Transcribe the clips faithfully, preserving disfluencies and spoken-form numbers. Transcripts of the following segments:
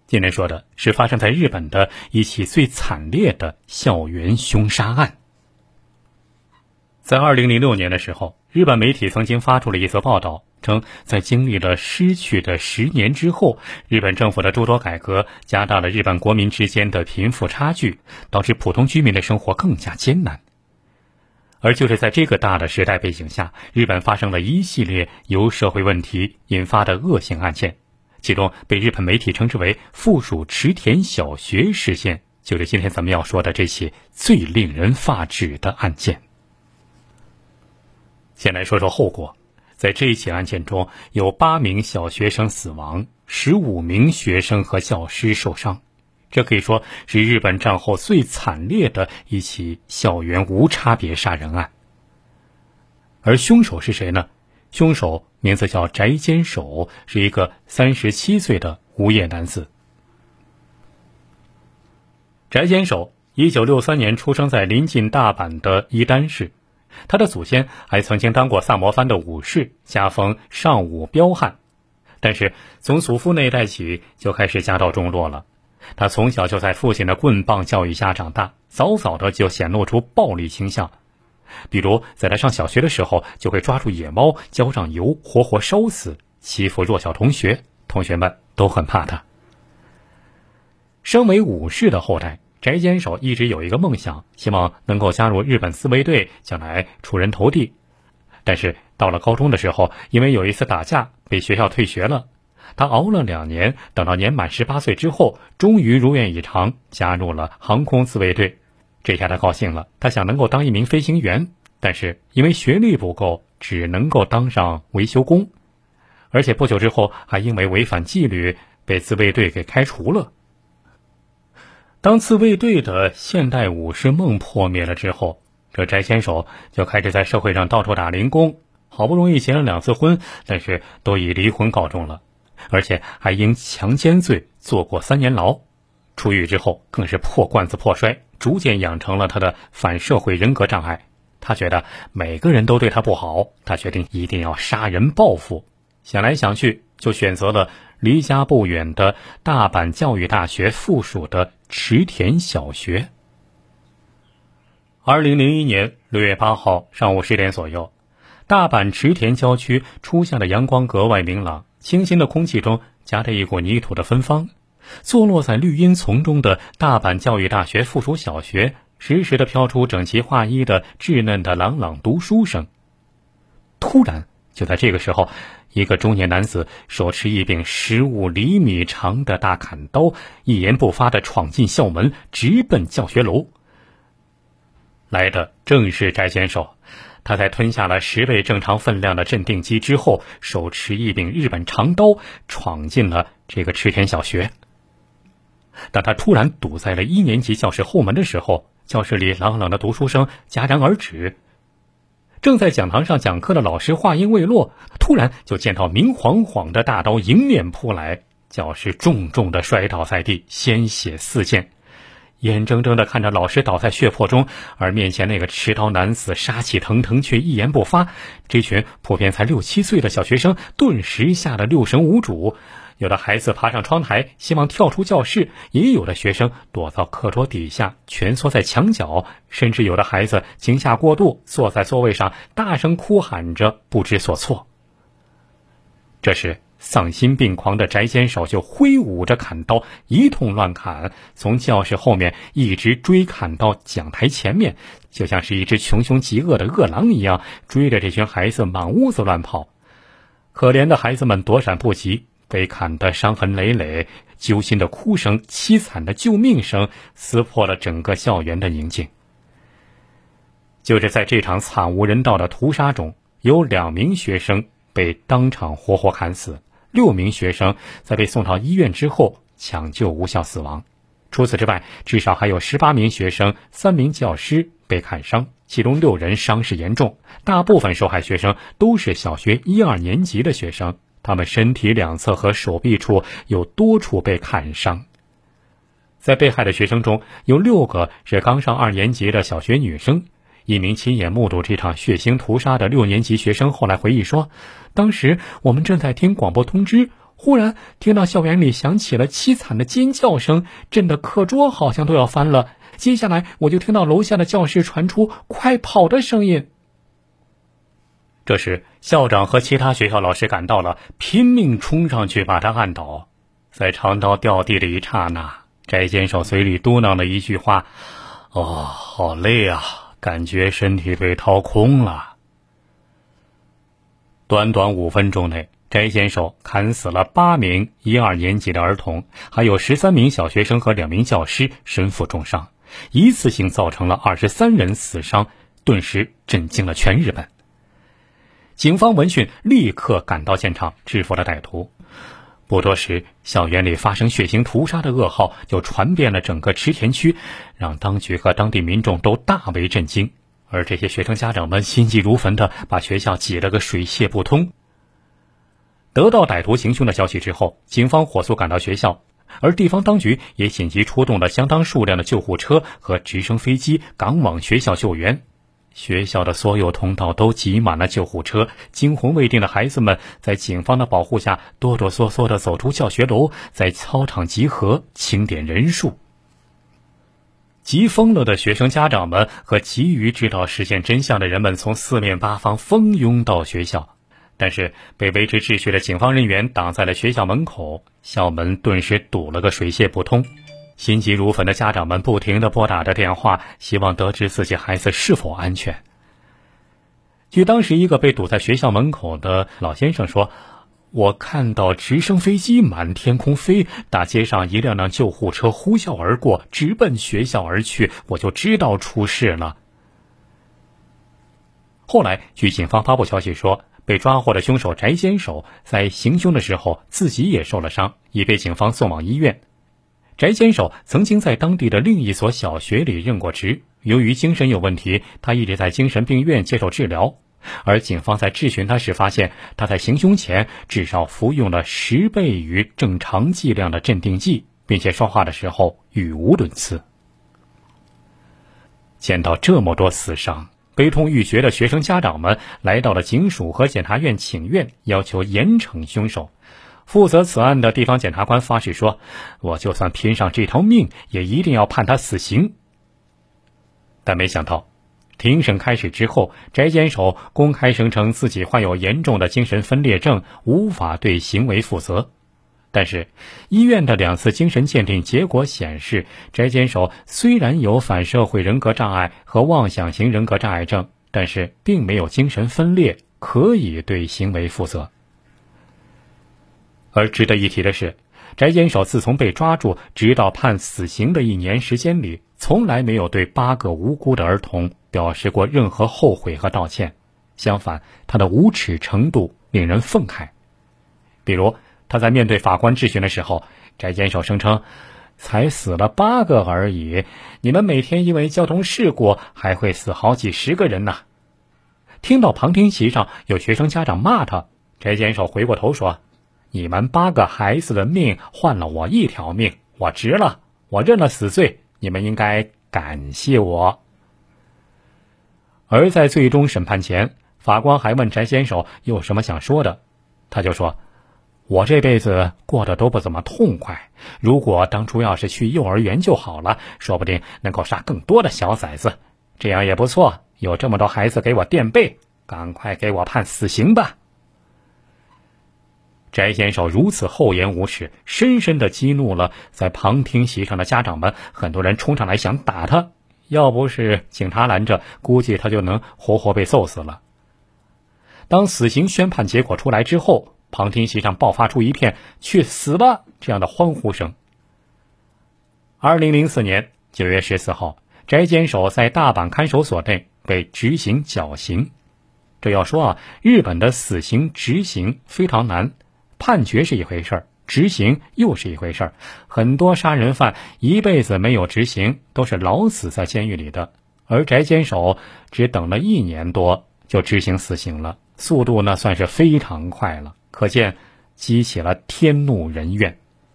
今天说的是发生在日本的一起最惨烈的校园凶杀案。在二零零六年的时候，日本媒体曾经发出了一则报道，称在经历了失去的十年之后，日本政府的诸多改革加大了日本国民之间的贫富差距，导致普通居民的生活更加艰难。而就是在这个大的时代背景下，日本发生了一系列由社会问题引发的恶性案件，其中被日本媒体称之为附属池田小学事件，就是今天咱们要说的这起最令人发指的案件。先来说说后果，在这一起案件中，有八名小学生死亡，十五名学生和教师受伤，这可以说是日本战后最惨烈的一起校园无差别杀人案。而凶手是谁呢？凶手名字叫宅坚守，是一个三十七岁的无业男子。宅坚守一九六三年出生在临近大阪的伊丹市，他的祖先还曾经当过萨摩藩的武士，加封上武彪悍，但是从祖父那一代起就开始家道中落了。他从小就在父亲的棍棒教育下长大，早早的就显露出暴力倾向。比如在他上小学的时候，就会抓住野猫浇上油活活烧死，欺负弱小同学，同学们都很怕他。身为武士的后代，宅坚守一直有一个梦想，希望能够加入日本自卫队，将来出人头地。但是到了高中的时候，因为有一次打架被学校退学了，他熬了两年，等到年满十八岁之后，终于如愿以偿加入了航空自卫队。这下他高兴了，他想能够当一名飞行员，但是因为学历不够，只能够当上维修工，而且不久之后还因为违反纪律被自卫队给开除了。当自卫队的现代武士梦破灭了之后，这翟先手就开始在社会上到处打零工，好不容易结了两次婚，但是都以离婚告终了，而且还因强奸罪坐过三年牢。出狱之后更是破罐子破摔，逐渐养成了他的反社会人格障碍。他觉得每个人都对他不好，他决定一定要杀人报复。想来想去，就选择了离家不远的大阪教育大学附属的池田小学。二零零一年六月八号上午十点左右，大阪池田郊区初夏的阳光格外明朗，清新的空气中夹着一股泥土的芬芳。坐落在绿荫丛中的大阪教育大学附属小学，时时地飘出整齐划一的稚嫩的朗朗读书声。突然，就在这个时候，一个中年男子手持一柄十五厘米长的大砍刀，一言不发地闯进校门，直奔教学楼。来的正是翟先手，他在吞下了十倍正常分量的镇定剂之后，手持一柄日本长刀闯进了这个池田小学。当他突然堵在了一年级教室后门的时候，教室里朗朗的读书声戛然而止。正在讲堂上讲课的老师话音未落，突然就见到明晃晃的大刀迎面扑来，教师重重的摔倒在地，鲜血四溅。眼睁睁地看着老师倒在血泊中，而面前那个持刀男子杀气腾腾却一言不发。这群普遍才六七岁的小学生顿时吓得六神无主，有的孩子爬上窗台希望跳出教室，也有的学生躲到课桌底下蜷缩在墙角，甚至有的孩子惊吓过度，坐在座位上大声哭喊着不知所措。这时丧心病狂的翟先手就挥舞着砍刀一通乱砍，从教室后面一直追砍到讲台前面，就像是一只穷凶极恶的饿狼一样，追着这群孩子满屋子乱跑。可怜的孩子们躲闪不及，被砍得伤痕累累，揪心的哭声、凄惨的救命声撕破了整个校园的宁静。就是在这场惨无人道的屠杀中，有两名学生被当场活活砍死，六名学生在被送到医院之后抢救无效死亡。除此之外，至少还有十八名学生、三名教师被砍伤，其中六人伤势严重。大部分受害学生都是小学一二年级的学生，他们身体两侧和手臂处有多处被砍伤。在被害的学生中，有六个是刚上二年级的小学女生。一名亲眼目睹这场血腥屠杀的六年级学生后来回忆说，当时我们正在听广播通知， 忽然听到校园里响起了凄惨的尖叫声，震得课桌好像都要翻了。接下来我就听到楼下的教室传出快跑的声音。这时校长和其他学校老师赶到了，拼命冲上去把他按倒。在长刀掉地的一刹那，翟坚守嘴里嘟囔了一句话：哦，好累啊，感觉身体被掏空了。短短五分钟内，翟坚守砍死了八名一二年级的儿童，还有十三名小学生和两名教师身负重伤，一次性造成了二十三人死伤，顿时震惊了全日本。警方闻讯立刻赶到现场，制服了歹徒。不多时，校园里发生血腥屠杀的噩耗就传遍了整个池田区，让当局和当地民众都大为震惊。而这些学生家长们心急如焚地把学校挤了个水泄不通。得到歹徒行凶的消息之后，警方火速赶到学校，而地方当局也紧急出动了相当数量的救护车和直升飞机赶往学校救援。学校的所有通道都挤满了救护车，惊魂未定的孩子们在警方的保护下哆哆嗦嗦地走出教学楼，在操场集合清点人数。急疯了的学生家长们和急于知道事件真相的人们从四面八方蜂拥到学校，但是被维持秩序的警方人员挡在了学校门口，校门顿时堵了个水泄不通。心急如焚的家长们不停地拨打着电话，希望得知自己孩子是否安全。据当时一个被堵在学校门口的老先生说，我看到直升飞机满天空飞，大街上一辆辆救护车呼啸而过，直奔学校而去，我就知道出事了。后来据警方发布消息说，被抓获的凶手翟坚守在行凶的时候自己也受了伤，已被警方送往医院。翟坚守曾经在当地的另一所小学里任过职，由于精神有问题，他一直在精神病院接受治疗。而警方在质询他时发现，他在行凶前至少服用了十倍于正常剂量的镇定剂，并且说话的时候语无伦次。见到这么多死伤，悲痛欲绝的学生家长们来到了警署和检察院请愿，要求严惩凶手。负责此案的地方检察官发誓说，我就算拼上这条命，也一定要判他死刑。但没想到庭审开始之后，翟坚守公开声称自己患有严重的精神分裂症，无法对行为负责。但是医院的两次精神鉴定结果显示，翟坚守虽然有反社会人格障碍和妄想型人格障碍症，但是并没有精神分裂，可以对行为负责。而值得一提的是，翟坚守自从被抓住直到判死刑的一年时间里，从来没有对八个无辜的儿童表示过任何后悔和道歉，相反，他的无耻程度令人愤慨。比如他在面对法官质询的时候，翟坚守声称，才死了八个而已，你们每天因为交通事故还会死好几十个人呢。听到旁听席上有学生家长骂他，翟坚守回过头说，你们八个孩子的命换了我一条命，我值了，我认了死罪，你们应该感谢我。而在最终审判前，法官还问翟坚守有什么想说的，他就说，我这辈子过得都不怎么痛快，如果当初要是去幼儿园就好了，说不定能够杀更多的小崽子，这样也不错，有这么多孩子给我垫背，赶快给我判死刑吧。翟坚守如此厚颜无耻，深深地激怒了在旁听席上的家长们，很多人冲上来想打他，要不是警察拦着，估计他就能活活被揍死了。当死刑宣判结果出来之后，旁听席上爆发出一片去死吧这样的欢呼声。二零零四年九月十四号，翟坚守在大阪看守所内被执行绞刑。这要说啊，日本的死刑执行非常难，判决是一回事儿，执行又是一回事儿。很多杀人犯一辈子没有执行，都是老死在监狱里的。而翟坚守只等了一年多就执行死刑了，速度呢算是非常快了，可见激起了天怒人怨。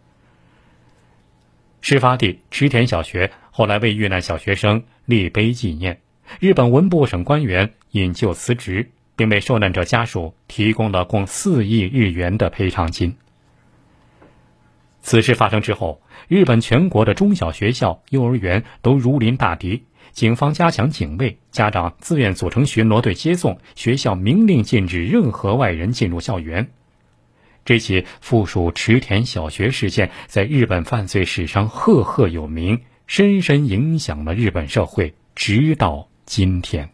事发地池田小学后来为遇难小学生立碑纪念，日本文部省官员引咎辞职，并为受难者家属提供了共四亿日元的赔偿金。 此事发生之后，日本全国的中小学校、幼儿园都如临大敌，警方加强警卫，家长自愿组成巡逻队接送，学校明令禁止任何外人进入校园。这起附属池田小学事件在日本犯罪史上赫赫有名，深深影响了日本社会，直到今天。